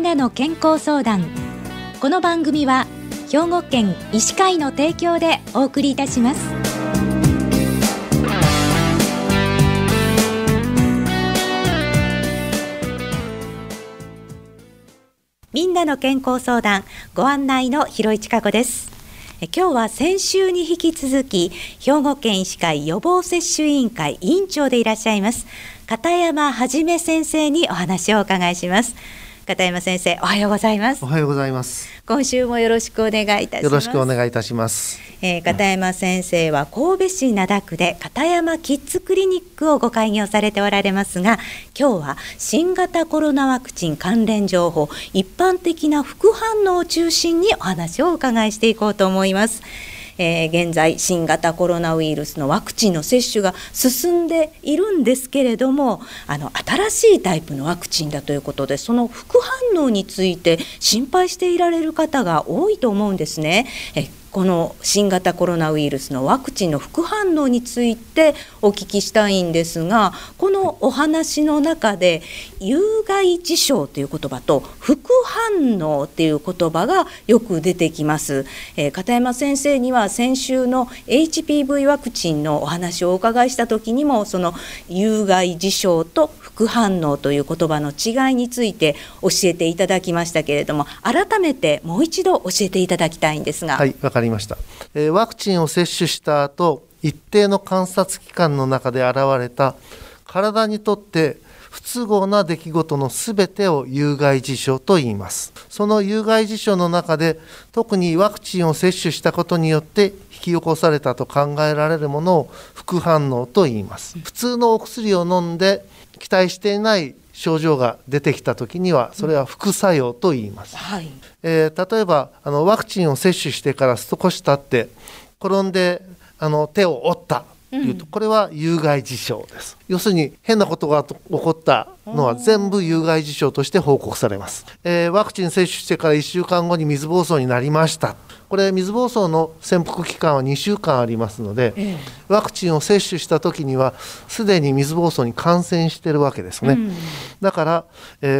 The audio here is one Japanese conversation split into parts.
なの健康相談。この番組は兵庫県医師会の提供でお送りいたします。みんなの健康相談、ご案内の広市加子です。今日は先週に引き続き兵庫県医師会予防接種委員会委員長でいらっしゃいます片山はじめ先生にお話をお伺いします。片山先生、おはようございます。 おはようございます。 今週もよろしくお願いいたします。 よろしくお願いいたします。 片山先生は神戸市灘区で片山キッズクリニックをご開業されておられますが、今日は新型コロナワクチン関連情報、一般的な副反応を中心にお話をお伺いしていこうと思います。現在新型コロナウイルスのワクチンの接種が進んでいるんですけれども、新しいタイプのワクチンだということで、その副反応について心配していられる方が多いと思うんですね。この新型コロナウイルスのワクチンの副反応についてお聞きしたいんですが、このお話の中で有害事象という言葉と副反応という言葉がよく出てきます。片山先生には先週の HPV ワクチンのお話をお伺いした時にも、その有害事象と副反応という言葉の違いについて教えていただきましたけれども、改めてもう一度教えていただきたいんですが。 はい、わかりました。ワクチンを接種した後、一定の観察期間の中で現れた体にとって不都合な出来事のすべてを有害事象と言います。その有害事象の中で、特にワクチンを接種したことによって引き起こされたと考えられるものを副反応と言います。普通のお薬を飲んで期待していない症状が出てきたときには、それは副作用と言います。例えばワクチンを接種してから少し経って転んで手を折ったというと、これは有害事象です。要するに変なことが起こったのは全部有害事象として報告されます。ワクチン接種してから1週間後に水疱瘡になりました。これ水疱瘡の潜伏期間は2週間ありますので、ワクチンを接種した時にはすでに水疱瘡に感染しているわけですね。だから、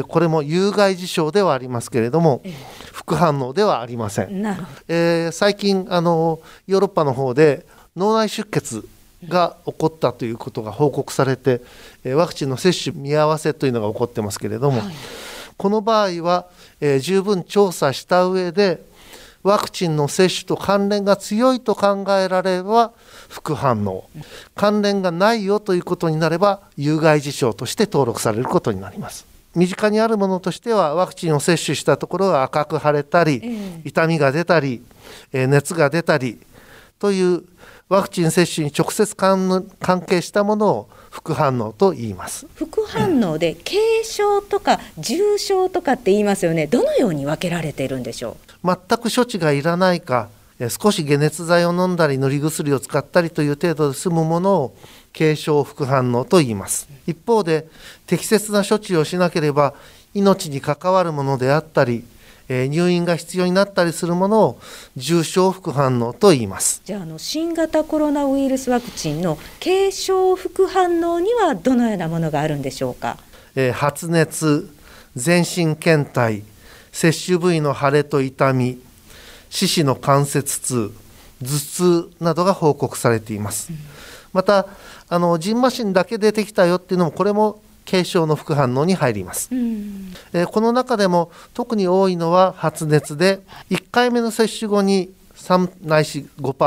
これも有害事象ではありますけれども、副反応ではありません。最近ヨーロッパの方で脳内出血が起こったということが報告されて、ワクチンの接種見合わせというのが起こってますけれども、この場合は、十分調査した上でワクチンの接種と関連が強いと考えられれば副反応、関連がないよということになれば有害事象として登録されることになります。身近にあるものとしては、ワクチンを接種したところが赤く腫れたり、痛みが出たり、熱が出たりというワクチン接種に直接関係したものを副反応と言います。 副反応で軽症とか重症とかって言いますよね。どのように分けられているんでしょう。 全く処置がいらないか、少し解熱剤を飲んだり塗り薬を使ったりという程度で済むものを軽症副反応と言います。一方で適切な処置をしなければ命に関わるものであったり、入院が必要になったりするものを重症副反応と言います。 じゃあ、新型コロナウイルスワクチンの軽症副反応にはどのようなものがあるんでしょうか。 発熱、全身倦怠、接種部位の腫れと痛み、四肢の関節痛、頭痛などが報告されています。またジンマシンだけ出てきたよっていうのも、これも軽症の副反応に入ります。この中でも特に多いのは発熱で、1回目の接種後に3ないし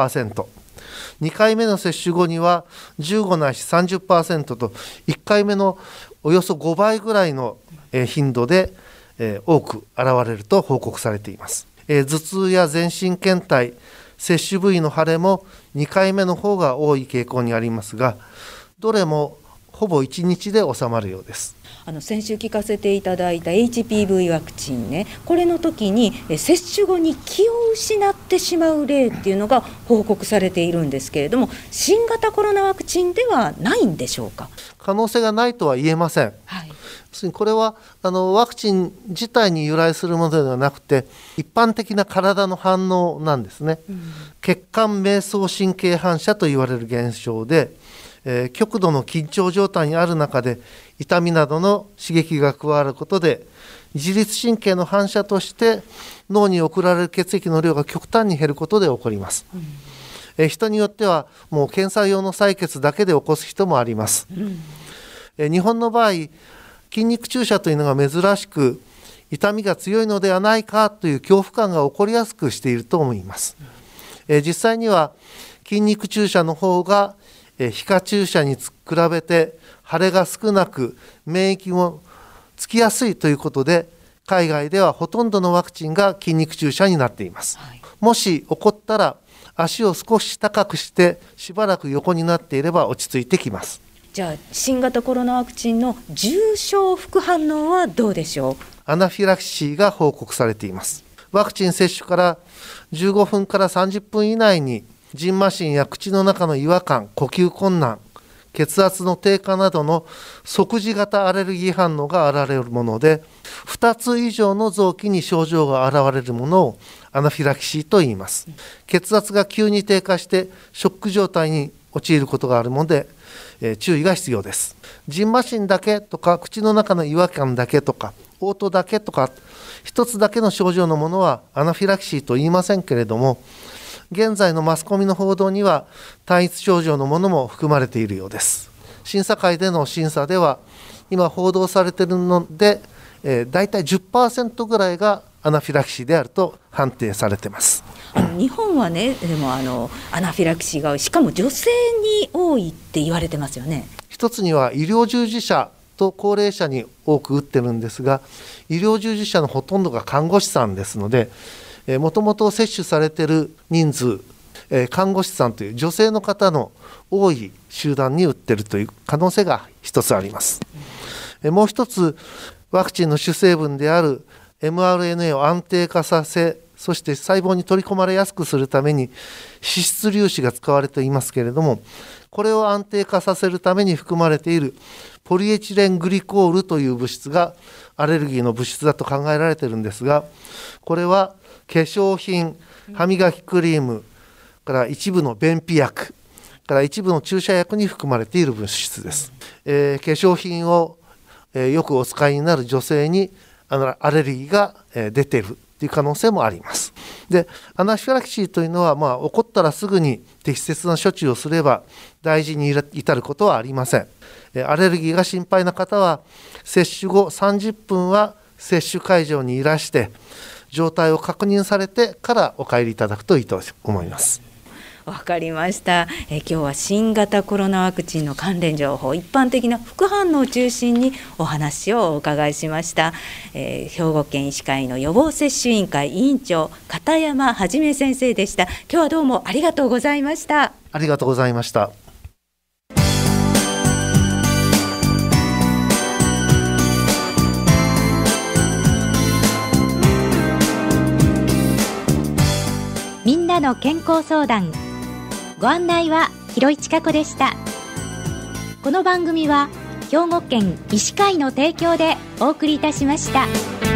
5%、2回目の接種後には15ないし 30% と、1回目のおよそ5倍ぐらいの頻度で多く現れると報告されています。頭痛や全身倦怠、接種部位の腫れも2回目の方が多い傾向にありますが、どれもほぼ1日で収まるようです。 先週聞かせていただいた HPV ワクチンね、これの時に接種後に気を失ってしまう例っていうのが報告されているんですけれども、新型コロナワクチンではないんでしょうか。 可能性がないとは言えません。これはワクチン自体に由来するものではなくて、一般的な体の反応なんですね。血管迷走神経反射と言われる現象で、 極度の緊張状態にある中で痛みなどの刺激が加わることで自律神経の反射として脳に送られる血液の量が極端に減ることで起こります。人によってはもう検査用の採血だけで起こす人もあります。日本の場合、筋肉注射というのが珍しく痛みが強いのではないかという恐怖感が起こりやすくしていると思います。実際には筋肉注射の方が皮下注射に比べて腫れが少なく免疫もつきやすいということで、海外ではほとんどのワクチンが筋肉注射になっています。もし起こったら足を少し高くしてしばらく横になっていれば落ち着いてきます。 じゃあ新型コロナワクチンの重症副反応はどうでしょう？ アナフィラキシーが報告されています。ワクチン接種から15分から30分以内に蕁麻疹や口の中の違和感、呼吸困難、血圧の低下などの即時型アレルギー反応が現れるもので、2つ以上の臓器に症状が現れるものをアナフィラキシーと言います。血圧が急に低下してショック状態に陥ることがあるので、注意が必要です。蕁麻疹だけとか口の中の違和感だけとか嘔吐だけとか一つだけの症状のものはアナフィラキシーと言いませんけれども、現在のマスコミの報道には単一症状のものも含まれているようです。審査会での審査では今報道されているので、だいたい 10% ぐらいがアナフィラキシーであると判定されています。 日本はね、でもアナフィラキシーがしかも女性に多いって言われてますよね。 一つには医療従事者と高齢者に多く打ってるんですが、医療従事者のほとんどが看護師さんですので、もともと接種されている人数、看護師さんという女性の方の多い集団に打っているという可能性が一つあります。もう一つ、ワクチンの主成分である mRNA を安定化させ、そして細胞に取り込まれやすくするために脂質粒子が使われていますけれども、これを安定化させるために含まれているポリエチレングリコールという物質がアレルギーの物質だと考えられているんですが、これは化粧品、歯磨きクリームから一部の便秘薬から一部の注射薬に含まれている物質です。化粧品をよくお使いになる女性にアレルギーが出ているという可能性もあります。で、アナフィラキシーというのは、起こったらすぐに適切な処置をすれば大事に至ることはありません。アレルギーが心配な方は接種後30分は接種会場にいらして状態を確認されてからお帰りいただくといいと思います。 わかりました。今日は新型コロナワクチンの関連情報、一般的な副反応を中心にお話をお伺いしました。兵庫県医師会の予防接種委員会委員長片山はじめ先生でした。今日はどうもありがとうございました。 ありがとうございました。 みんなの健康相談、ご案内は広市加子でした。この番組は兵庫県医師会の提供でお送りいたしました。